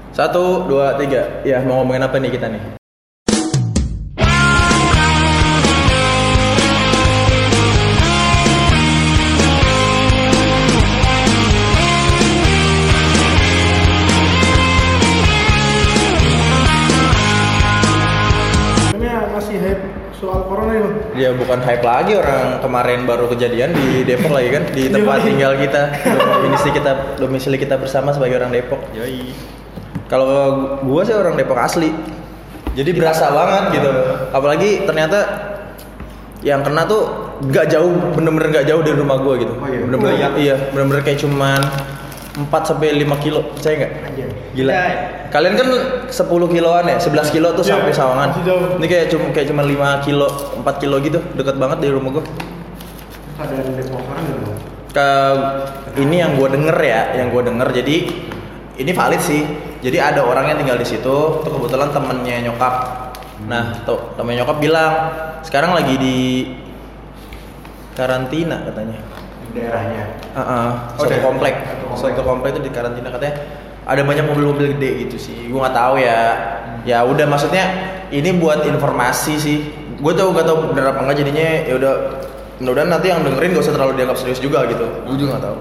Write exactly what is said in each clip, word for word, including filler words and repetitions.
Satu, dua, tiga. Ya, mau ngomongin apa nih kita nih? Masih hype soal corona itu? Ya bukan hype lagi, orang kemarin baru kejadian di Depok lagi kan, di tempat tinggal kita, domisili kita, domisili kita bersama sebagai orang Depok. Yoi. Kalau gua sih orang Depok asli, jadi berasa banget gitu. Apalagi ternyata yang kena tuh nggak jauh, bener-bener nggak jauh dari rumah gua gitu. Oh iya. Bener-bener Oh, iya. iya, bener-bener kayak cuman empat sampai lima kilo, percaya nggak? Gila. Ya. Kalian kan sepuluh kiloan ya, sebelas kilo tuh Ya, sampai Sawangan. masih jauh. Ini kayak cuma kayak cuma lima kilo, empat kilo gitu, deket banget dari rumah gua. Keadaan Depok sekarang gitu. Ke ini yang gua denger ya, yang gua denger, jadi ini valid sih. Jadi ada orang yang tinggal di situ, tuh kebetulan temennya nyokap. Nah, tuh temennya nyokap bilang sekarang lagi di karantina katanya. Daerahnya. Uh-uh, Oh, satu daerah. komplek, Satu komplek. satu komplek itu di karantina katanya. Ada banyak mobil-mobil gede gitu sih, gua nggak tahu ya. Ya udah, maksudnya ini buat informasi sih. Gue tau gak tau bener apa enggak, jadinya ya udah. Mudah-mudahan nanti yang dengerin gak usah terlalu dianggap serius juga gitu. Gue juga nggak tahu.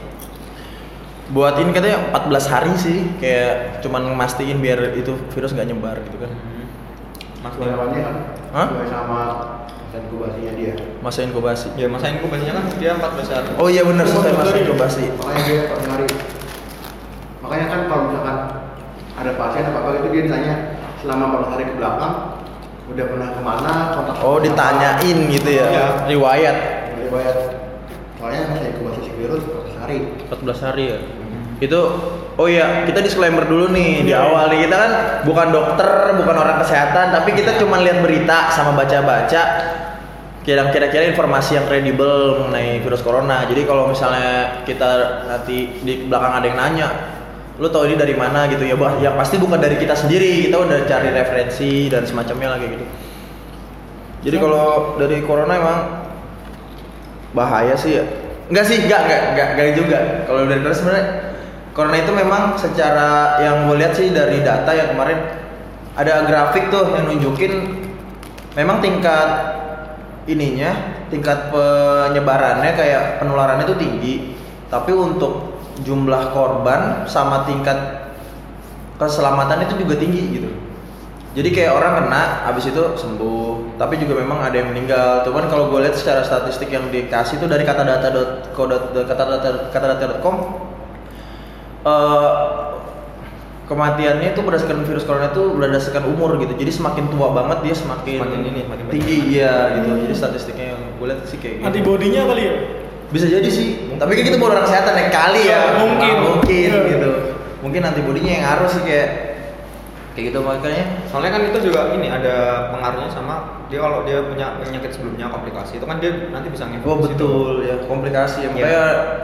Buat ini katanya empat belas hari sih, kayak cuman mastiin biar itu virus nggak nyebar gitu kan. Mas Lawannya kan? Hah? Sesuai sama inkubasinya dia. Masa inkubasi. Ya masa inkubasinya kan dia empat belas hari. Oh iya benar, sesuai masa inkubasi. Makanya dia per hari. Makanya kan kalau misalkan ada pasien apa apa itu dia ditanya selama empat belas hari ke belakang udah pernah kemana, kontak. Oh ditanyain gitu ya, Iya. riwayat. Riwayat. Soalnya masa inkubasi si virus empat belas hari. empat belas hari ya. Itu oh iya, kita disclaimer dulu nih di awal nih. Kita kan bukan dokter, bukan orang kesehatan, tapi kita cuma lihat berita sama baca-baca kira-kira informasi yang kredibel mengenai virus corona. Jadi kalau misalnya kita nanti di belakang ada yang nanya, lu tahu ini dari mana gitu ya, bah, yang pasti bukan dari kita sendiri. Kita udah cari referensi dan semacamnya lagi gitu. Jadi kalau dari corona emang bahaya sih ya. Enggak sih, enggak, enggak, enggak, enggak juga. Kalau dari corona sebenarnya corona itu memang secara yang gue lihat sih dari data yang kemarin ada grafik tuh yang nunjukin memang tingkat ininya, tingkat penyebarannya kayak penularannya itu tinggi, tapi untuk jumlah korban sama tingkat keselamatan itu juga tinggi gitu. Jadi kayak orang kena, habis itu sembuh, tapi juga memang ada yang meninggal. Cuman kalau gue lihat secara statistik yang dikasih itu dari katadata dot co dot katadata dot com, uh, kematiannya itu berdasarkan virus corona itu berdasarkan umur gitu. Jadi semakin tua banget dia semakin, Semakin ini, semakin tinggi banyak. ya gitu. Jadi statistiknya yang gue lihat sih kayak gitu. Antibodinya kali ya? Bisa jadi sih. Tapi kan kita bukan orang kesehatan ya kali ya. Mungkin. Nah, mungkin Ya. gitu. Mungkin antibodinya yang harus sih kayak kayak gitu makanya. Soalnya kan itu juga ini ada pengaruhnya sama dia kalau dia punya penyakit sebelumnya komplikasi itu kan dia nanti bisa ngefek. Oh di situ. betul ya, komplikasi ya. Iya. Makanya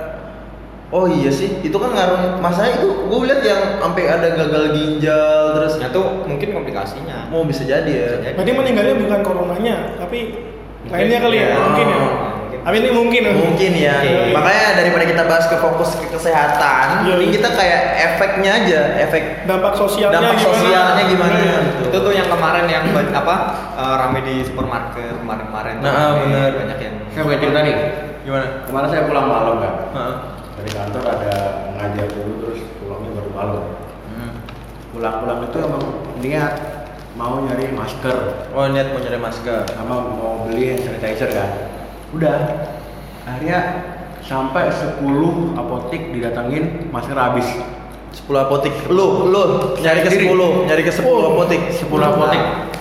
oh iya sih, itu kan ngaruh. Masalahnya itu gue lihat yang sampai ada gagal ginjal terus. Nah itu mungkin komplikasinya. Mau bisa jadi ya. Bisa jadi. Berarti meninggalnya bukan coronanya, tapi lainnya kali ya, Iya. mungkin ya. Mungkin. Tapi ini mungkin ya. Mungkin ya. Oke. Makanya daripada kita bahas ke fokus ke kesehatan, Iya. ini kita kayak efeknya aja, efek Dampak sosialnya dampak gimana? sosialnya gimana Iya. gitu. Itu tuh yang kemarin yang ba- apa uh, rame di supermarket kemarin-kemarin. tuh Nah, rame, bener. Banyak yang. Saya punya cerita nih. Gimana? Kemarin saya pulang malam kan. Heeh. Dari kantor ada ngajar dulu terus pulangnya baru malam. Hmm. Pulang-pulang itu emang niat mau nyari masker Oh niat mau nyari masker. sama mau beli hand sanitizer kan. Udah. Akhirnya sampai sepuluh apotik didatangin masker habis. sepuluh apotik. Lu, lu nyari ke Sendiri. sepuluh, nyari ke sepuluh Oh. apotik. sepuluh apotik.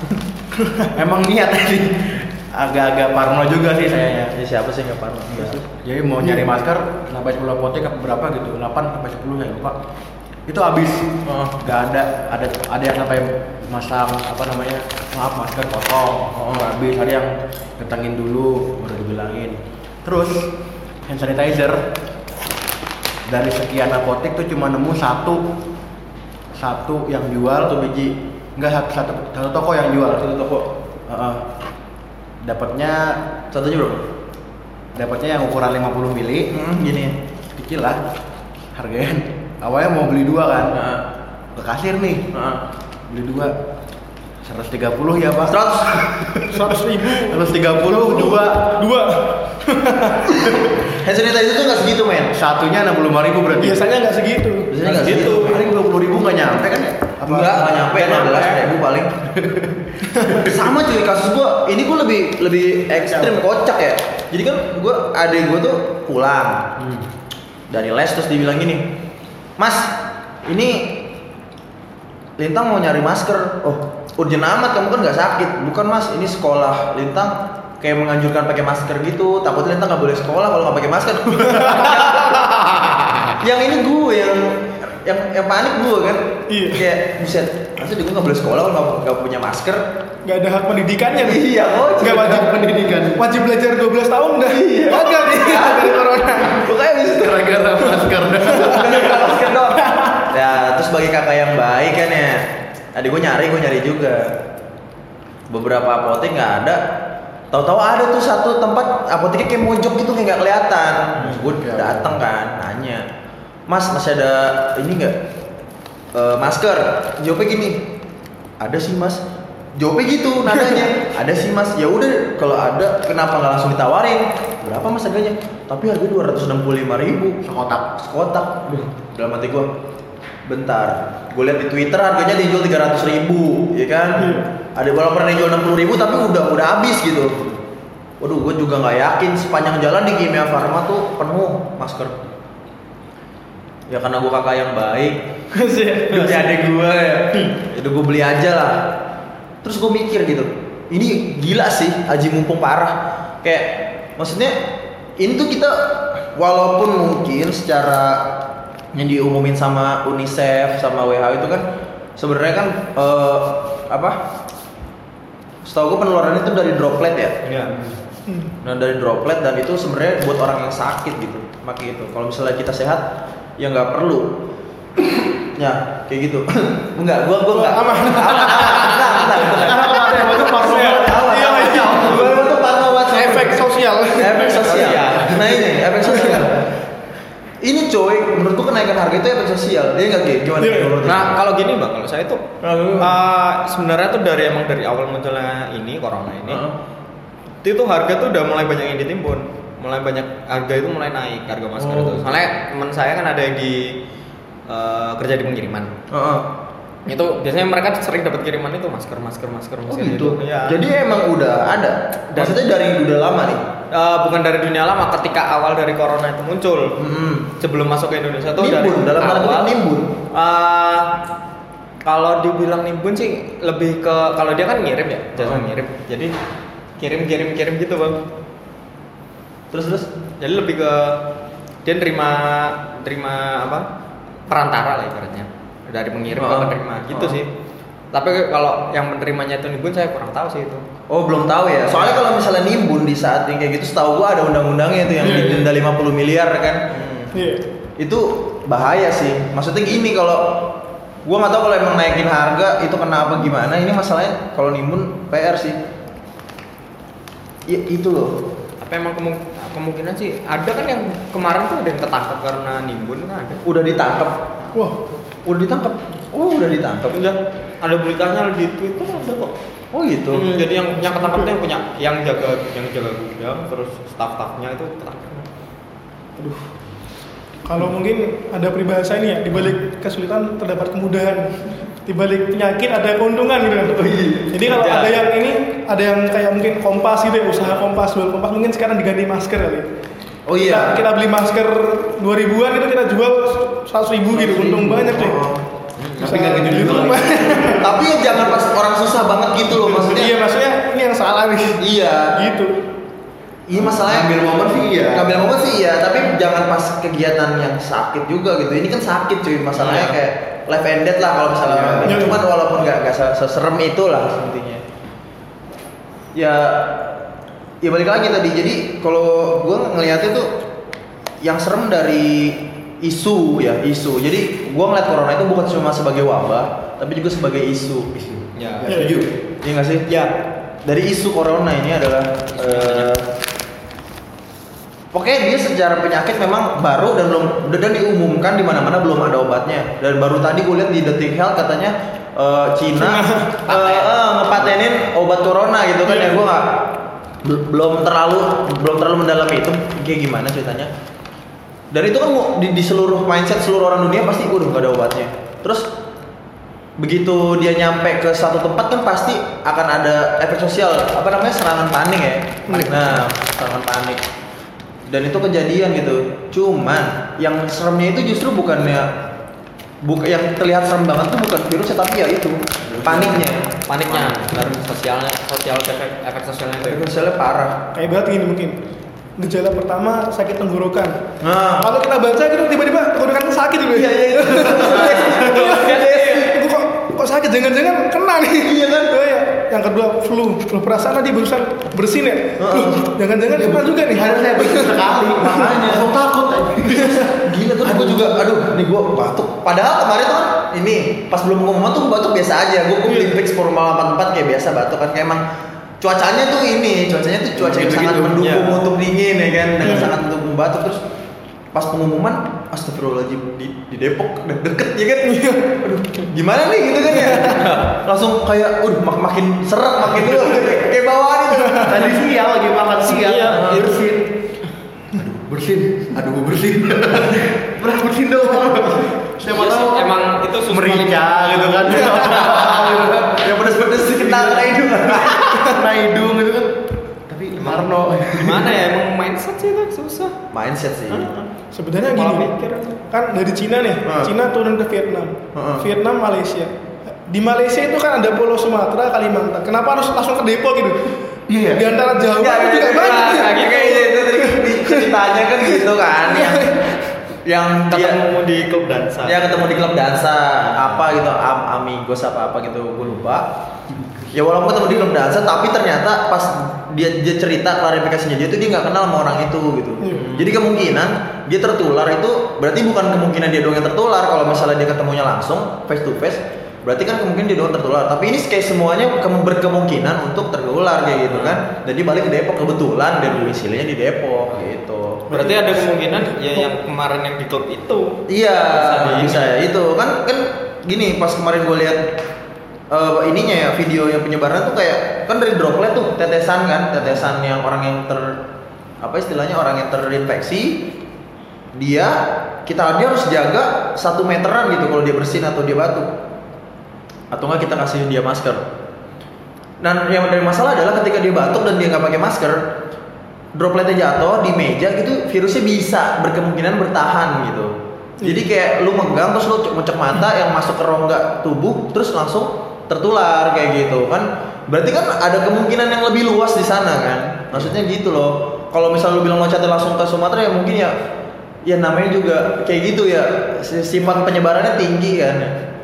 Emang niat tadi. Agak-agak parno juga sih saya. Ini siapa sih nggak parno? Enggak sih. Jadi mau nyari masker sampai sepuluh apotek apa berapa gitu, delapan sampai sepuluh saya lupa. Itu habis. Oh. Gak ada, ada ada yang sampai masang apa namanya? Maaf masker kosong. Oh, habis. Ada yang ketangin dulu baru dibilangin. Terus hand sanitizer dari sekian apotek tuh cuma nemu satu satu yang jual Satu biji. enggak satu, satu, satu toko yang jual. Satu toko. Heeh. Dapatnya Satunya berapa? dapatnya yang ukuran lima puluh mili. Hmm, gini. Kecil lah harganya. Awalnya mau beli dua kan. Nah, ke kasir nih. Heeh. Beli dua. seratus tiga puluh ya, Pak. seratus seratus ribu. seratus tiga puluh dua. Dua. Hand sanitizer itu nggak segitu men. Satunya enam puluh lima ribu berarti. Biasanya nggak segitu. Biasanya nggak segitu. Paling dua puluh ribu nggak nyampe kan ya? Apa? Enggak, nggak nyampe enam belas ribu paling. Sama cuy kasus gua. Ini gua lebih lebih ekstrim kocak ya. Jadi kan gua adik gua tuh pulang Hmm. dari les terus dibilang gini, Mas, ini Lintang mau nyari masker. Oh, urgent amat, kamu kan nggak sakit. Bukan Mas, ini sekolah Lintang kayak menganjurkan pakai masker gitu. Takut Lintang nggak boleh sekolah kalau nggak pakai masker. Yang ini gue yang yang yang panik gue kan. Iya. Kayak buset, maksudnya gue nggak boleh sekolah kalau nggak nggak punya masker. Nggak ada hak pendidikannya nih. Iya, oh, Nggak wajib pendidikan. Wajib belajar dua belas tahun dah. Iya. Gagal nih dari corona. Pokoknya bisa Gara-gara masker. Gara-gara masker doang. Ya, terus bagi kakak yang baik kan ya, adik gue nyari, gue nyari juga. Beberapa apotek nggak ada. Tahu-tahu ada tuh satu tempat apoteknya kayak mojok gitu kayak nggak kelihatan. Gue datang kan, nanya, Mas masih ada ini nggak Eh, masker? Jawabnya gini, ada sih Mas. Jawabnya gitu nadanya, ada sih Mas. Ya udah, kalau ada kenapa nggak langsung ditawarin? Berapa Mas harganya? Tapi harganya dua ratus enam puluh lima ribu Sekotak. sekotak. Duh, dalam hati gue, bentar, gue lihat di Twitter harganya dijual tiga ratus ribu, ya kan? Ada walaupun pernah dijual enam puluh ribu tapi udah udah habis gitu. Waduh, gue juga nggak yakin sepanjang jalan di Kimia Farma tuh penuh masker. Ya karena gue kakak yang baik, demi adik gue ya, itu gue beli aja lah. Terus gue mikir gitu, ini gila sih, aji mumpung parah. Kayak maksudnya ini tuh kita walaupun mungkin secara yang diumumin sama UNICEF sama W H O itu kan sebenarnya kan eh, apa? Setahu gue penularan itu dari droplet ya. Iya. Nah dari droplet dan itu sebenarnya buat orang yang sakit gitu, makanya itu. Kalau misalnya kita sehat, ya nggak perlu. Ya kayak gitu. Enggak, gua gua nggak. Aman. Aman, aman, tenang, tenang, tenang. Karena kemarin yang itu parno. Aman, Iya, aman. iya. Gua itu parno banget. Efek sosial. Efek sosial. Nah ini efek sosial. Ini coy, menurut gua kenaikan harga itu efek sosial. Dia nggak kayak gimana? Iya. menurut lu? Nah, kalau gini Bang, kalau saya tuh uh, sebenarnya tuh dari emang dari awal munculnya ini corona ini, Heeh. itu tuh harga tuh udah mulai banyak yang ditimbun, mulai banyak harga itu mulai naik harga masker Oh. itu. Soalnya teman saya kan ada yang di uh, kerja di pengiriman. Heeh. Itu biasanya mereka sering dapat kiriman itu masker, masker, masker, Oh masker gitu. Iya. Jadi emang udah ada. Maksudnya dari udah lama nih. Uh, bukan dari dunia lama, ketika awal dari corona itu muncul, Hmm. sebelum masuk ke Indonesia tuh Nimbun, dari dalam tanda kutip awal nimbun. Uh, kalau dibilang nimbun sih lebih ke kalau dia kan ngirim ya, jasa Oh. ngirim. Jadi kirim kirim kirim gitu Bang. Terus terus. Jadi lebih ke dia terima terima apa perantara lah ibaratnya dari pengirim ke Oh. penerima gitu Oh. sih. Tapi kalau yang menerimanya itu nimbun saya kurang tahu sih itu. Oh belum tahu ya. Soalnya kalau misalnya nimbun di saat yang kayak gitu, setahu gua ada undang-undangnya itu yang Iya, iya. didenda lima puluh miliar kan. Iya. Itu bahaya sih. Maksudnya gini, kalau gua nggak tahu kalau emang naikin harga itu kenapa gimana. Ini masalahnya kalau nimbun P R sih. Ya, itu loh. Apa emang kemung- kemungkinan sih ada kan yang kemarin tuh ada yang ketangkep karena nimbun kan ada. Udah ditangkap. Wah, Udah ditangkap. Oh udah ditangkap. Udah ada beritanya di Twitter ada kok. Oh gitu. Hmm, jadi yang yang ketangkep tuh yang punya yang jaga yang jaga gudang terus staff-staffnya itu ketangkep. Aduh. kalau mungkin ada peribahasa ini ya, di balik kesulitan terdapat kemudahan, di balik penyakit ada keuntungan gitu kan. Oh, iya. Jadi kalau Ya. ada yang ini, ada yang kayak mungkin Kompas gitu ya, usaha Kompas, jual Kompas, mungkin sekarang diganti masker kali. Oh iya. Kita, kita beli masker dua ribuan itu kita jual seratus ribu gitu, untung banyak deh. Oh. Tapi nggak gitu juga untung lagi. banyak. Tapi ya jangan pas orang susah banget gitu loh maksudnya. Iya, maksudnya ini yang salah nih. Iya. Gitu. Iya masalahnya Ngambil momen sih iya. Ngambil momen sih iya, tapi jangan pas kegiatan yang sakit juga gitu. Ini kan sakit cuy, masalahnya Iya. kayak life and death lah kalau misalnya. Iya. ngambil. Cuman walaupun nggak nggak se- seserem itu lah intinya. Ya, ya balik lagi tadi. Jadi kalau gue ngelihatnya tuh yang serem dari isu ya isu. Jadi gue ngeliat corona itu bukan cuma sebagai wabah, tapi juga sebagai isu. Isu. Ya. Ya, Setuju. Iya nggak sih? Ya. Dari isu corona ini adalah eh, Pokoknya dia secara penyakit memang baru dan belum dan diumumkan di mana-mana belum ada obatnya. Dan baru tadi gue lihat di Detik Health katanya uh, Cina uh, uh, ngepatenin obat corona gitu kan ya gue nggak belum terlalu belum terlalu mendalami itu kayak gimana ceritanya. Dan itu kan di, di seluruh mindset seluruh orang dunia pasti udah gak ada obatnya. Terus begitu dia nyampe ke satu tempat kan pasti akan ada efek sosial apa namanya serangan panik ya. Nah serangan panik. Dan itu kejadian gitu. Cuman yang seremnya itu justru bukannya bukan yang terlihat serem banget tuh bukan virusnya tapi ya itu paniknya, paniknya dan sosialnya, sosial efek efek sosialnya itu. Efek sosialnya parah. Kayak banget gini mungkin. Gejala pertama sakit tenggorokan. Nah, kalau kita baca gitu tiba-tiba tenggorokan sakit gitu. Iya iya. Itu kok kok sakit jangan-jangan kena nih. Iya kan? Oh, ya. Yang kedua flu. Flu perasaan tadi barusan bersin ya. Uh-uh. Jangan-jangan kena juga nih. Harusnya bersin sekali. Makanya aku takut. Gila tuh gue juga aduh nih gue batuk. Padahal kemarin tuh kan ini pas belum pengumuman tuh gue batuk biasa aja. Gue gue beli fix Formula delapan puluh empat kayak biasa batuk kan kayak emang cuacanya tuh ini, cuacanya tuh cuaca yang sangat mendukung ya. Untuk dingin ya kan, dengan sangat mendukung batuk. Terus pas pengumuman, astagfirullahaladzim di, di Depok udah deket ya kan, aduh gimana nih gitu kan ya, langsung kayak, udah mak makin seret makin dulu kayak bawaan itu. Tadi siang lagi makan siang, iya. bersin, aduh bersin, aduh bersin, pernah bersin doang. Siapa yes, tahu emang itu merica gitu kan, yang pedes-pedes kena kena hidung, kena hidung gitu kan. Tapi Marno, gimana ya emang mindset sih itu susah. Mindset sih. Sebenarnya gini, kan dari Cina nih, uh. Cina turun ke Vietnam, uh-uh. Vietnam, Malaysia. Di Malaysia itu kan ada Pulau Sumatera, Kalimantan. Kenapa harus langsung ke Depok gitu? Iya. Yeah. Di antara Jawa ya, itu juga ya, banyak. Ya, kayak gitu itu tadi ceritanya kan gitu kan. yang yang ketemu dia, di klub dansa. Ya ketemu di klub dansa apa gitu, Am, Amigos apa apa gitu, gue lupa. Ya walaupun ketemu di klub dansa, tapi ternyata pas dia dia cerita klarifikasinya dia tuh dia nggak kenal sama orang itu gitu. Hmm. Jadi kemungkinan dia tertular itu berarti bukan kemungkinan dia doang yang tertular. Kalau misalnya dia ketemunya langsung face to face, berarti kan kemungkinan dia doang tertular. Tapi ini kayak semuanya berkemungkinan untuk tertular kayak gitu kan. Dan dia balik ke Depok kebetulan dan domisilinya di Depok gitu. Berarti ada kemungkinan ya yang kemarin yang di klub itu. Iya, bisa, bisa ya itu kan kan gini pas kemarin gue lihat uh, ininya ya video yang penyebaran tuh kayak kan dari droplet tuh tetesan kan tetesan yang orang yang ter apa istilahnya orang yang terinfeksi dia kita dia harus jaga satu meteran gitu kalau dia bersin atau dia batuk atau enggak kita kasih dia masker. Dan yang dari masalah adalah ketika dia batuk dan dia nggak pakai masker, dropletnya jatuh di meja gitu, virusnya bisa berkemungkinan bertahan gitu. Jadi kayak lu megang terus lu ngecek mata yang masuk ke rongga tubuh terus langsung tertular kayak gitu kan. Berarti kan ada kemungkinan yang lebih luas di sana kan. Maksudnya gitu loh. Kalau misalnya lu bilang loncatnya langsung ke Sumatera ya mungkin ya ya namanya juga kayak gitu ya. Sifat penyebarannya tinggi kan.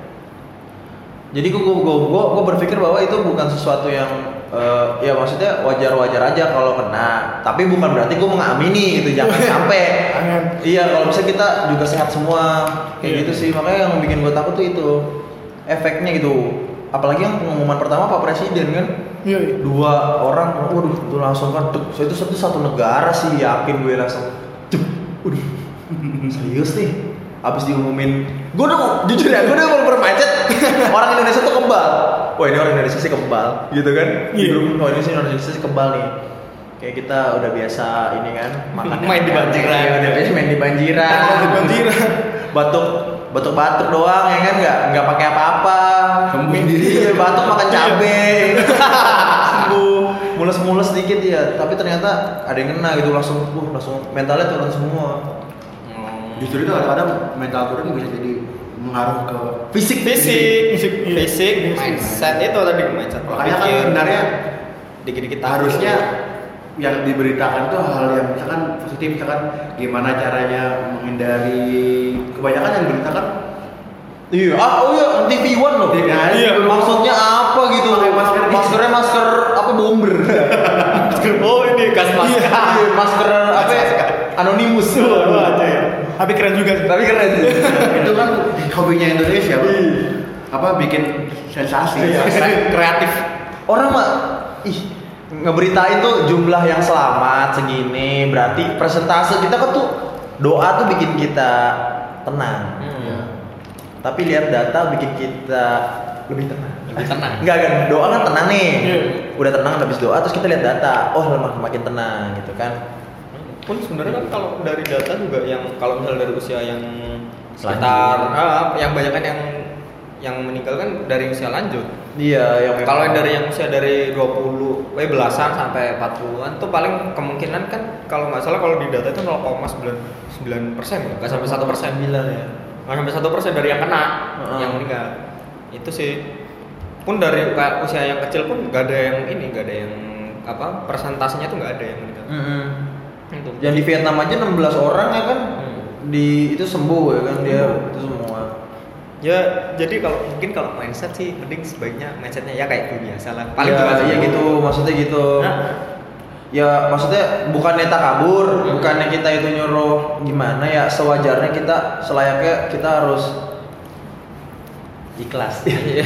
Jadi gua gua gua, gua berpikir bahwa itu bukan sesuatu yang Uh, ya maksudnya wajar-wajar aja kalau kena, tapi bukan berarti gue mengamini gitu, jangan sampai. Iya, kalau misalnya kita juga sehat semua kayak gitu sih, makanya yang bikin gue takut tuh itu efeknya gitu. Apalagi yang pengumuman pertama Pak Presiden kan, iya, iya. dua orang, waduh itu langsung kan, tuh, so itu satu satu negara sih yakin gue langsung, tuh, waduh serius nih. Abis diumumin, gue udah jujur ya, gue udah mau bermacet orang Indonesia tuh kebal. Wah ini orang Indonesia sih kebal, gitu kan? Di grup, oh ini sih orang Indonesia sih kebal nih. Kayak kita udah biasa ini kan, makan main di banjiran. Ya, udah biasa main di banjiran. Di banjiran. Batuk, batuk-batuk doang ya kan, nggak nggak pakai apa-apa. Sembuh sendiri. Iya, batuk makan cabe. Sembuh, mules-mules sedikit ya. Tapi ternyata ada yang kena gitu langsung, uh, langsung mentalnya turun semua. Justru itu kadang-kadang mental turun bisa jadi mengaruh ke Fisik, fisik, fisik, iya. fisik, mindset itu tadi mindset. makanya kan sebenarnya dikit-dikit harusnya yang diberitakan tuh hal yang misalkan positif, misalkan gimana caranya menghindari. Kebanyakan yang diberitakan iya, ah, oh iya, T V One loh. Iya, iya. Maksudnya apa gitu? Pakai masker. Maskernya masker apa bomber? oh ini gas masker. Iya, masker apa? Anonimus. Oh, aja ya. Tapi keren juga sih. Tapi keren sih. itu kan hobinya Indonesia, Bro. Apa bikin sensasi. Iya. Kreatif. Orang mah ih ngeberitain tuh jumlah yang selamat segini, berarti persentase kita kan tuh doa tuh bikin kita tenang. Hmm. Tapi lihat data bikin kita lebih tenang. Lebih tenang. Enggak kan, doa kan tenang nih. Iya. Udah tenang habis doa terus kita lihat data. Oh, makin makin tenang gitu kan. Pun sebenarnya kan kalau dari data juga yang kalau misalnya dari usia yang sekitar ah, yang banyak kan yang yang meninggal kan dari usia lanjut. Iya, yang Kalau yang dari yang usia dari dua puluh, eh belasan sampai empat puluhan tuh paling kemungkinan kan kalau nggak salah kalau di data itu nol koma sembilan sembilan persen, nggak sampai satu persen. sembilan ya. Nggak sampai satu persen dari yang kena, Uh-huh. yang meninggal. Itu sih. Pun dari kayak usia yang kecil pun nggak ada yang ini, nggak ada yang apa persentasenya tuh nggak ada yang meninggal. Mm-hmm. Itu. Yang di Vietnam aja enam belas orang ya kan. Hmm. Di itu sembuh ya kan dia itu semua. Ya, jadi kalau mungkin kalau mindset sih mending sebaiknya mindsetnya ya kayak itu biasa lah. Paling ya, cuma ya sembuh. gitu, maksudnya gitu. Nah. Ya maksudnya bukannya tak kabur, bukannya kita itu nyuruh gimana ya, sewajarnya kita selayaknya kita harus ikhlas. Iya.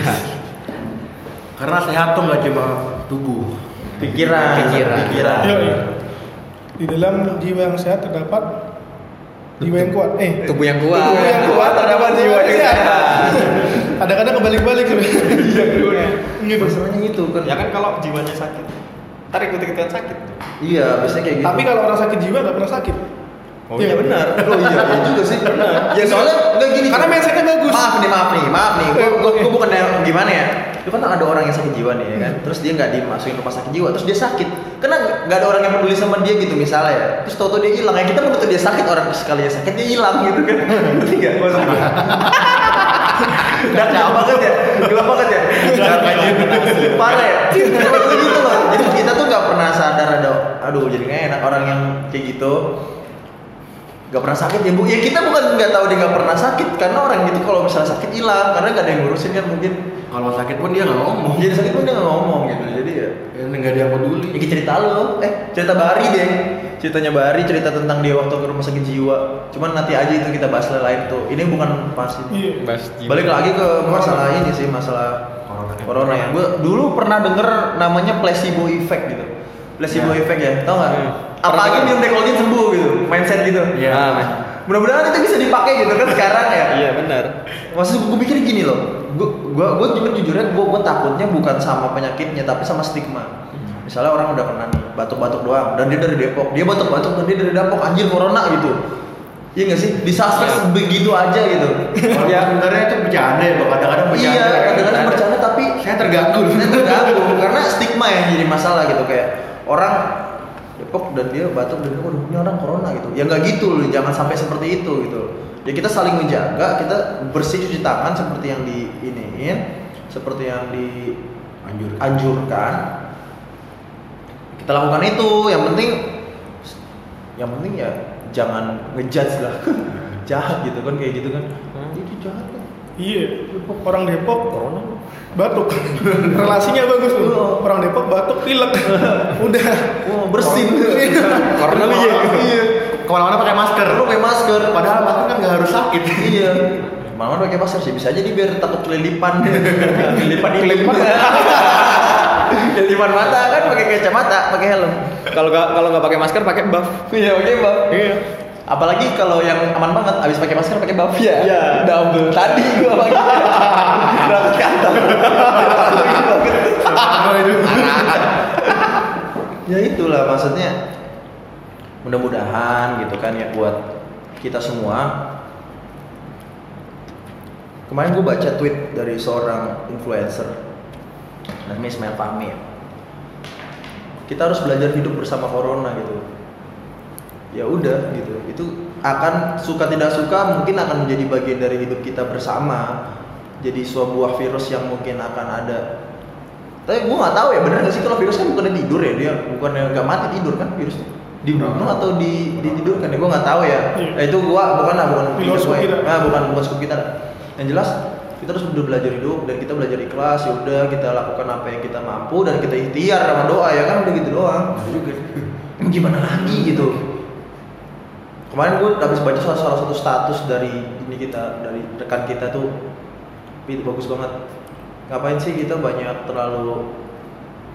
Karena sehat tuh nggak cuma tubuh. Pikiran, Pikiran. pikiran. Iya, iya. Di dalam jiwa yang sehat terdapat jiwa yang kuat. Eh, Tubuh yang kuat. tubuh yang kuat terdapat jiwa yang sehat. Kadang-kadang kebalik-balik sebenarnya. Iya, Gitu. masalahnya itu kan. Ya kan kalau jiwanya sakit, ntar ikut-ikutan sakit. Iya, biasanya kayak gitu. Tapi kalau orang sakit jiwa nggak pernah sakit. Oh iya benar. Oh iya, iya juga sih. Benar. Ya soalnya enggak gini. Karena mindsetnya bagus. Maaf nih, maaf nih, maaf nih. Gua, gua, gua bukan yang gimana ya. Itu kan ada orang yang sakit jiwa nih ya kan. Terus dia nggak dimasukin rumah sakit jiwa, terus dia sakit. Karena nggak ada orang yang peduli sama dia gitu misalnya ya. Terus tau-tau dia hilang. Ya kita menuntut dia sakit, orang sekali ya sakit dia hilang gitu kan. Ngerti nggak? Maksudnya. Udah gelap banget ya, gelap banget ya. Parah ya. Kayak gitu loh. Jadi kita tuh nggak pernah sadar ada, aduh jadi nggak enak orang yang kayak gitu. Gak pernah sakit ya bu, ya kita bukan nggak tahu dia nggak pernah sakit karena orang gitu kalau misalnya sakit hilang karena nggak ada yang ngurusin kan mungkin. Kalau sakit pun dia nggak ngomong. Jadi sakit pun dia nggak ngomong gitu, jadi ya. Ya, nggak ada yang peduli. Ini cerita lo, eh cerita Bari deh, ceritanya Bari cerita tentang dia waktu ke rumah sakit jiwa. Cuman nanti aja itu kita bahas lain tuh. Ini bukan pas ini. Iya. Balik lagi ke masalah ini sih, masalah Corona. corona ya. Gue dulu pernah denger namanya placebo effect gitu. Placebo Ya. effect ya, tau nggak? Hmm. Apalagi minum Decolletin sembuh gitu, mindset gitu. Iya. Ah, Mudah-mudahan itu bisa dipakai gitu kan sekarang ya. iya benar. Maksud gue mikir gini loh, gue gue gue jujur jujurnya gue gue takutnya bukan sama penyakitnya tapi sama stigma. Misalnya orang udah kena nih batuk-batuk doang dan dia dari Depok, dia batuk-batuk dan dia dari Depok anjir corona gitu. Iya nggak sih? Disuspek begitu aja gitu. Ya sebenarnya itu bercanda ya, kadang-kadang bercanda. Iya, kadang-kadang bercanda tapi Saya terganggu. saya terganggu karena stigma yang jadi masalah gitu kayak orang Depok dan dia batuk dan waduh ini orang corona gitu. Ya nggak gitu loh, jangan sampai seperti itu gitu. Ya kita saling menjaga, kita bersih cuci tangan seperti yang di iniin, seperti yang dianjurkan. Anjurkan. Kita lakukan itu, yang penting yang penting ya jangan ngejudge lah. Jahat gitu kan kayak gitu kan. Itu jahat kan. Iya, orang Depok corona batuk. Relasinya bagus tuh. Orang Depok batuk pilek. Udah. Wah, bersin. Corona lu ya. Iya. Kemana-mana pakai masker. Lu pakai masker. Padahal masker kan nggak harus sakit. Iya. Mana pakai masker sih bisa aja dia biar takut kelilipan. Kelilipan kelilipan. Kelilipan mata kan pakai kacamata, pakai helm. Kalau nggak kalau nggak pakai masker pakai buff. Iya, oke, Bang. Iya. Apalagi kalau yang aman banget abis pakai masker pakai buff ya. Iya. Double. Tadi gua pakai berangkat kantor. Ya itulah maksudnya. Mudah-mudahan gitu kan ya buat kita semua. Kemarin gue baca tweet dari seorang influencer namanya Ismail Fahmi. Kita harus belajar hidup bersama corona gitu. Ya udah gitu. Itu akan suka tidak suka mungkin akan menjadi bagian dari hidup kita bersama. Jadi sebuah virus yang mungkin akan ada. Tapi gue nggak tahu ya benar nggak sih kalau virus kan bukannya tidur ya dia bukannya nggak mati tidur kan virus dibunuh atau di ditidurkan ya gue nggak tahu ya. Nah, itu gue bukan lah bukan Di luar scope kita. Nah, bukan bukan scope kita. Yang jelas kita harus udah belajar hidup dan kita belajar ikhlas ya udah kita lakukan apa yang kita mampu dan kita ikhtiar sama doa ya kan udah gitu doang. Gimana lagi gitu. Kemarin gue habis baca salah, salah satu status dari ini kita dari rekan kita tuh itu bagus banget. Ngapain sih kita banyak terlalu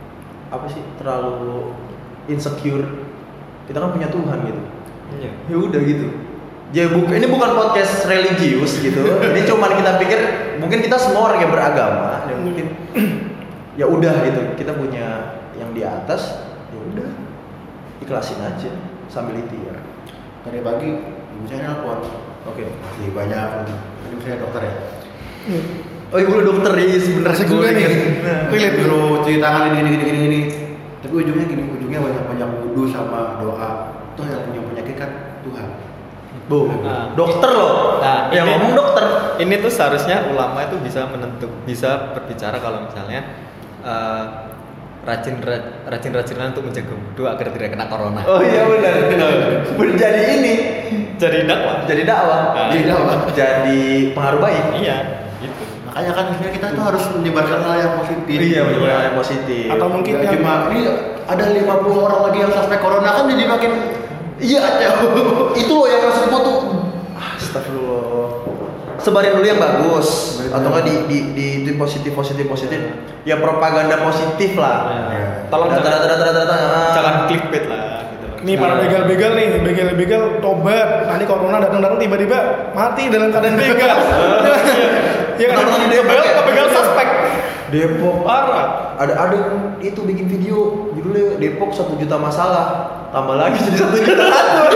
apa sih terlalu insecure. Kita kan punya Tuhan gitu. Iya. Ya udah gitu. Jadi bu- ini bukan podcast religius gitu. Ini cuman kita pikir mungkin kita semua orang yang beragama dan mungkin ya udah gitu. Kita punya yang di atas, ya udah ikhlasin aja sambil ikhtiar. Tadi pagi ibu saya nelpon. Oke. Masih banyak. Tadi ibu saya dokter ya. Oh ibu lu dokter ya sebenarnya Saya juga nih. Nah, Lihat dulu cuci tangan ini gini gini gini. Tapi ujungnya gini, ujungnya banyak banyak wudhu sama doa. Toh yang punya penyakit kan Tuhan. Bu, Nah. dokter loh. Nah, yang ini- ngomong dokter. Ini tuh seharusnya ulama itu bisa menentuk, bisa berbicara kalau misalnya eh, rajin rajin rajinan untuk menjaga wudhu agar tidak kena corona. Oh iya benar. Menjadi ini, Jadi dakwah. jadi dakwah. Nah. Jadi dakwah. Jadi pengaruh baik. Iya, gitu. Makanya kan sebenarnya kita tuh harus menyebarkan hal yang positif. Iya, menyebarkan yang positif. Atau mungkin Nggak yang cuma ini ada lima puluh orang lagi yang suspek corona kan jadi makin Iya, itu loh yang masuk foto. Astagfirullah. Sebarin dulu yang bagus, Sebarin atau dulu. nggak di di di, di positif positif positif. Ya propaganda positif lah. Ya. Tolong Data jangan, data data data. data. jangan clickbait lah gitu loh. ini para begal-begal nih, begal-begal tobat. Nanti corona datang-datang tiba-tiba mati dalam keadaan begal. Iya kan? Nonton di Depok ya? Begal suspek. Depok Parah. ada ada itu bikin video judulnya Depok satu juta masalah, tambah lagi jadi satu juta satu.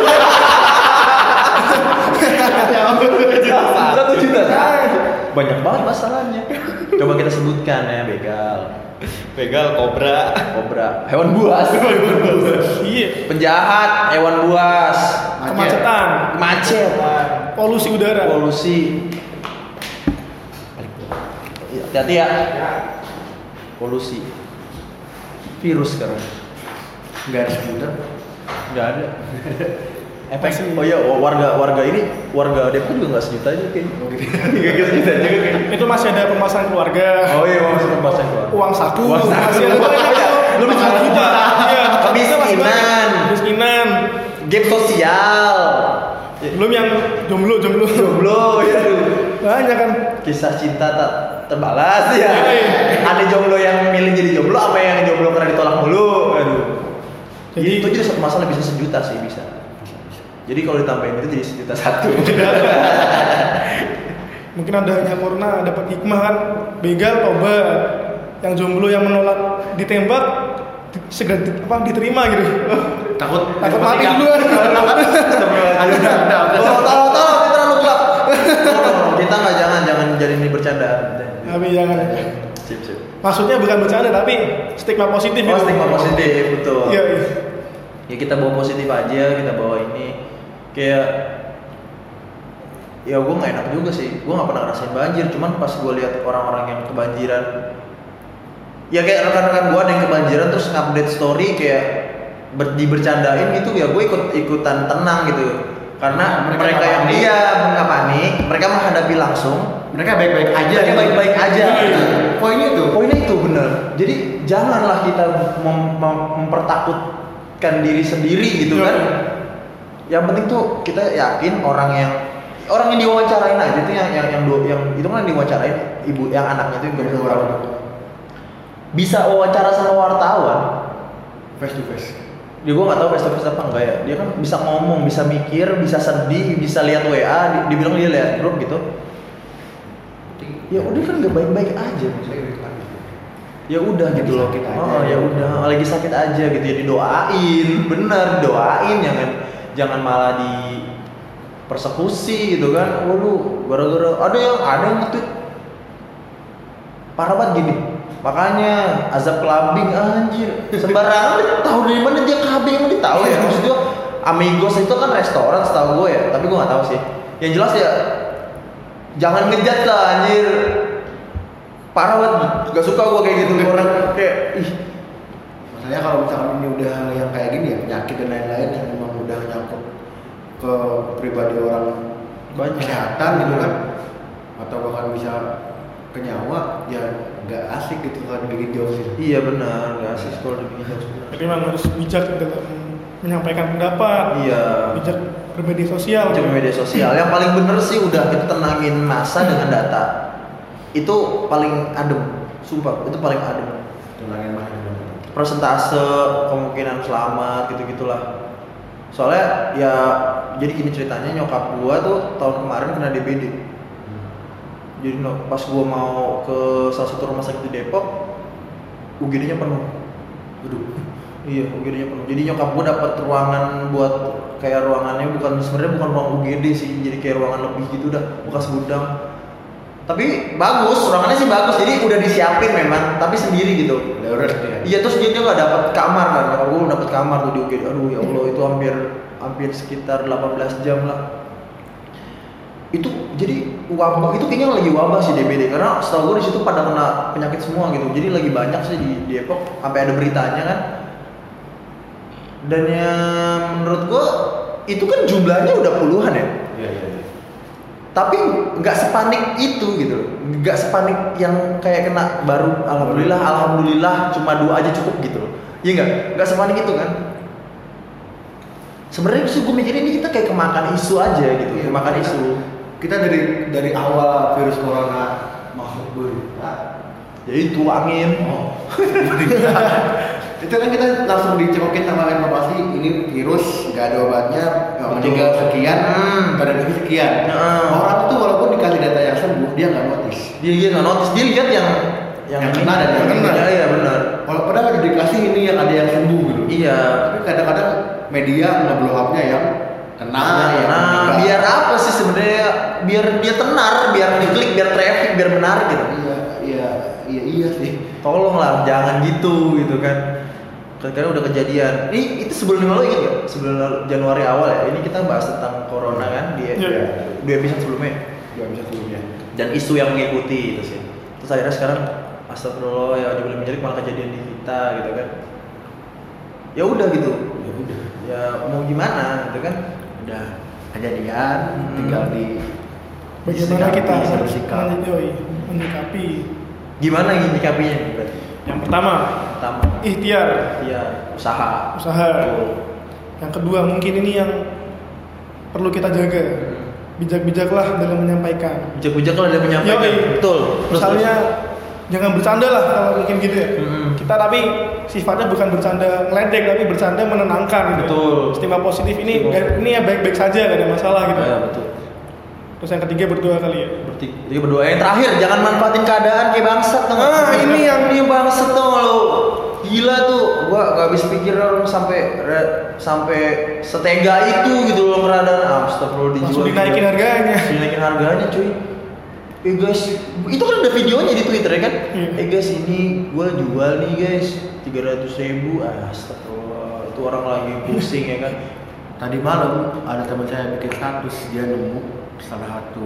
Satu juta satu. Banyak banget masalahnya. Coba kita sebutkan ya, begal, Begal, kobra. kobra, hewan buas, Iya. penjahat, hewan buas, Kemacetan, macet, polusi udara. polusi. Hati-hati ya. Polusi. Virus sekarang. nggak ada sebutan. Nggak ada. Efek. Oh iya, warga warga ini warga Depok juga nggak sejuta aja kayaknya. Nggak sejuta juga kayaknya. Itu masih ada pemasangan keluarga. Oh iya, masih pembahasan keluar. Uang saku. Uang saku. Masih ada banyak tuh. Lu bisa Satu juta. Iya. Kemiskinan. Kemiskinan. Gap sosial. Belum yang jomblo, jomblo. Jomblo ya. Banyak kan. Kisah cinta tak terbalas ya. Iya. Ada jomblo yang milih jadi jomblo, apa yang jomblo karena ditolak mulu. Aduh. Jadi- Jadi itu jadi satu masalah bisa sejuta sih bisa. Jadi kalau ditambahin itu jadi sejuta satu. Mungkin adanya corona dapat hikmah kan. Begal tobat. Yang jomblo yang menolak ditembak di- segera di- apa diterima gitu. Takut Takut mati duluan. Ada ada. Tolong, tolong, tolong, kita terlalu gelap. Tolong, kita nggak jangan jangan jadi ini bercanda. Tapi jangan. Sip sip. Maksudnya bukan bercanda tapi stigma positif Oh, gitu. stigma positif betul. Iya, iya. Ya kita bawa positif aja, kita bawa ini kayak ya gue nggak enak juga sih. Gue nggak pernah ngerasain banjir, cuman pas gue lihat orang-orang yang kebanjiran, ya kayak rekan-rekan gue ada yang kebanjiran terus ngupdate story kayak ber, dibercandain gitu, ya gue ikut ikutan tenang gitu. Karena Mereka mereka, nggak yang panik. dia nggak panik, mereka menghadapi langsung. Mereka baik-baik aja. Mereka baik-baik aja. Poinnya itu. Poinnya itu benar. Jadi janganlah kita mem- mem- mempertakutkan diri sendiri gitu Iya. kan. Yang penting tuh kita yakin orang yang orang yang diwawancarain aja tuh yang yang yang, do- yang itu kan yang diwawancarain ibu yang anaknya tuh yang Iya, gemuk orang bisa wawancara sama wartawan. Face to face. Ya gue nggak tahu face to face apa enggak ya. Dia kan bisa ngomong, bisa mikir, bisa sedih, bisa lihat W A, di- dibilang dia lihat grup gitu. Ya udah kan nggak baik-baik aja. Ya udah Lagi gitu loh. sakit aja. Oh ya udah, lagi sakit aja gitu ya, didoain, bener doain, jangan jangan malah di persekusi gitu kan. Waduh, gara-gara ada yang ada yang nge-tweet parah banget gini. Makanya azab kelambing anjir. Sembarangan tahu dari mana dia kelambing, emang dia tahu ya. Maksud gua Amigos itu kan restoran setahu gue ya, tapi gue nggak tahu sih. Yang jelas ya jangan ngejat lah anjir. Parah banget, gak suka gue kayak gitu orang kayak ih. Masalahnya kalau misalkan ini udah yang kayak gini ya, penyakit dan lain-lain yang memang udah nyangkut ke pribadi orang Banyak. kesehatan gitu kan, atau bahkan bisa ke nyawa, ya nggak asik gitu kalau dibikin jauh sih. Iya benar, nggak asik kalau dibikin jokes. Jadi memang harus bijak dalam menyampaikan pendapat. Iya. Bijak bermedia sosial. Cuma media sosial. Yang paling bener sih udah kita tenangin massa dengan data. Itu paling adem, sumpah itu paling adem. Tenangin mah. persentase kemungkinan selamat gitu-gitulah. Soalnya ya jadi gini ceritanya, nyokap gua tuh tahun kemarin kena D B D. Jadi no, pas gua mau ke salah satu rumah sakit di Depok, U G D-nya penuh. Aduh. Iya, U G D-nya penuh. Jadi nyokap gua dapat ruangan buat kayak ruangannya bukan sebenarnya bukan ruang U G D sih, jadi kayak ruangan lebih gitu dah, bekas gudang. Tapi bagus, ruangannya sih bagus. Jadi udah disiapin memang, tapi sendiri gitu. Darurat ya. Iya, terus dia nggak dapat kamar kan. Kalau gue dapat kamar tuh di U G D. Aduh ya Allah, itu hampir hampir sekitar delapan belas jam lah. Itu jadi wabah, itu kayaknya lagi wabah sih D B D, karena setahu gue di situ pada kena penyakit semua gitu. Jadi lagi banyak sih di Depok, sampai ada beritanya kan. Dan yang menurut gue itu kan jumlahnya udah puluhan ya. Iya, iya, iya. Tapi nggak sepanik itu gitu, nggak sepanik yang kayak kena baru alhamdulillah alhamdulillah cuma dua aja cukup gitu loh. Iya nggak, nggak sepanik itu kan. Sebenarnya sih gue mikirnya ini kita kayak kemakan isu aja gitu, Iya, kemakan kita- isu. Kita dari dari awal virus corona masuk berita, Jadi tuangin. oh, itu kan kita langsung dicekokin sama informasi ini virus nggak ada obatnya, nggak Betul. meninggal sekian, Hmm. badan ini sekian. Hmm. Orang itu walaupun dikasih data yang sembuh dia nggak notice. Dia dia nggak notice, dia lihat yang yang, Yang ini. kena dan yang kena. Iya iya benar. Kalau padahal udah dikasih ini yang ada yang sembuh gitu. Iya. Tapi kadang-kadang media nge-blow up-nya yang kena, yang Nah, meninggal. biar apa sih sebenarnya? Biar dia tenar, biar diklik, biar traffic, biar menarik gitu. Iya, iya, iya, iya sih. Tolonglah jangan gitu gitu kan. Karena udah kejadian. Ini itu sebelum lalu ingat gak? Sebelum lalu, Januari awal ya. Ini kita bahas tentang corona kan di Iya. dua episode sebelumnya. Gak bisa sebelumnya. Dan isu yang mengikuti itu sih. Terus akhirnya sekarang astagfirullah ya jauh lebih menjadi malah kejadian di kita gitu kan. Ya udah gitu. Ya udah. Ya mau gimana gitu kan. Udah kejadian, Hmm. tinggal di Bagaimana disikapi, kita bisa bersikap. menyikapi, menyikapi. Gimana nyikapinya berarti? Yang pertama, Pertama, ikhtiar, ya usaha. usaha. Yang kedua, mungkin ini yang perlu kita jaga. Bijak-bijaklah dalam menyampaikan. Bijak-bijak kalau dia menyampaikan. Yoi. Betul. Terus, Misalnya jangan bercanda lah kalau mungkin gitu ya. Hmm. Kita tapi sifatnya bukan bercanda ngeledek tapi bercanda menenangkan gitu. Betul. Stigma positif ini Betul. ini ya baik-baik saja, gak ada masalah gitu. terus. Ya, betul. Terus yang ketiga berdoa kali ya. Berarti jadi berdoa. Yang terakhir jangan manfaatin keadaan kayak bangsat tuh. Ah, ini yang- ini bangsat tuh lo. Gila tuh. Gua gak habis pikir orang sampai re- sampai setega itu gitu loh keadaan. Astagfirullah dijual. Langsung dinaikin harganya. Dinaikin harganya cuy. Eh guys, itu kan ada videonya di Twitter ya kan? Iya. Eh guys, ini gua jual nih guys tiga ratus ribu. Astagfirullah. Itu orang lagi pusing ya kan. Tadi malam ada teman saya bikin status, dia nemu salah satu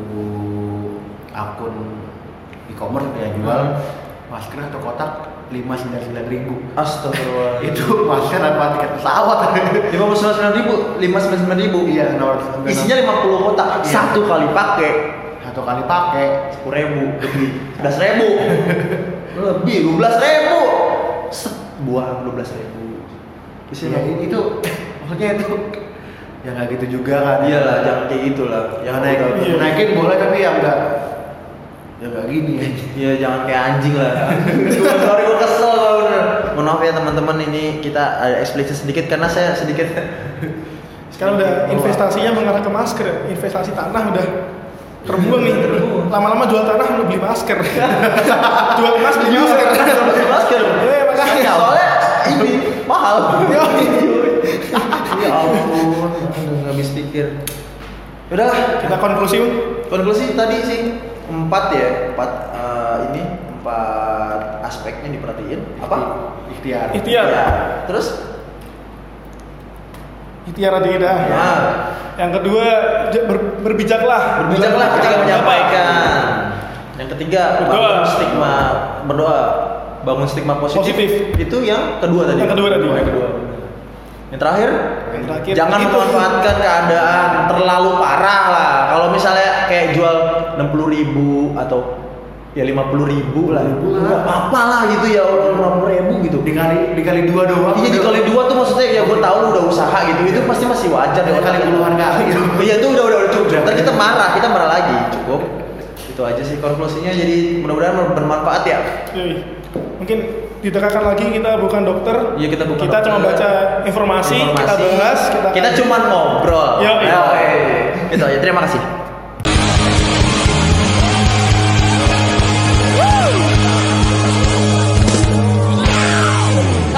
akun e-commerce yang jual masker atau kotak lima ratus sembilan puluh sembilan ribu. Astagfirullah. Itu masker apa tiket pesawat? lima puluh sembilan ribu, lima ratus sembilan puluh sembilan ribu. Iya, nomor Isinya lima puluh kotak. Iya. Satu kali pakai satu kali pakai. sepuluh ribu lebih, sebelas ribu lebih, dua belas ribu set buang dua belas ribu. Ya, itu maksudnya itu ya nggak gitu juga kan? Iyalah, jangan kayak gitulah. Jangan Jangan naik, Iya. naikin boleh tapi ya enggak, ya enggak gini ya. Iya, jangan kayak anjing lah. Gua sorry, gua kesel gua bener. Mohon maaf ya teman-teman, ini kita ada eksplisit sedikit karena saya sedikit. Sekarang udah investasinya mengarah ke masker, investasi tanah udah terbuang nih. Terbuang. Lama-lama jual tanah udah beli masker. Jual emas beli masker. Beli masker. Eh, makanya. Soalnya ini mahal. Yoi. Ya ampun, nggak habis pikir. Udah, Kita konklusi. Un. konklusi tadi sih empat ya, empat eh, ini empat aspeknya diperhatiin. Apa? Ikhtiar. Ikhtiar. Ya. Terus? Ikhtiar aja kita. Ya. Yang kedua, j- ber- berbijaklah. Berbijaklah ketika Dalam menyampaikan. Yang ketiga, Berdoa. bangun stigma berdoa, bangun stigma positif. Positif. Itu yang kedua tadi. Yang kedua tadi. Oh, yang kedua. Yang terakhir, Yang terakhir, jangan itu. memanfaatkan keadaan terlalu parah lah. Kalau misalnya kayak jual enam puluh ribu atau ya lima puluh ribu lah, nggak apa-apa lah gitu ya, enam puluh ribu gitu. Dikali dikali dua doang. Iya dikali dua tuh maksudnya ya gue tahu lu udah usaha gitu, itu pasti masih wajar ya. Dikali puluhan kali. Iya itu udah udah udah cukup. Ntar kita marah, kita marah lagi. Cukup. Itu aja sih konklusinya. Jadi mudah-mudahan bermanfaat ya. Yoi. Mungkin ditekankan lagi kita bukan dokter. Iya, kita bukan Kita dokter. cuma baca informasi, kita bahas, kita kita cuma ngobrol. Yo, Yo, yo. Itu aja. Terima kasih.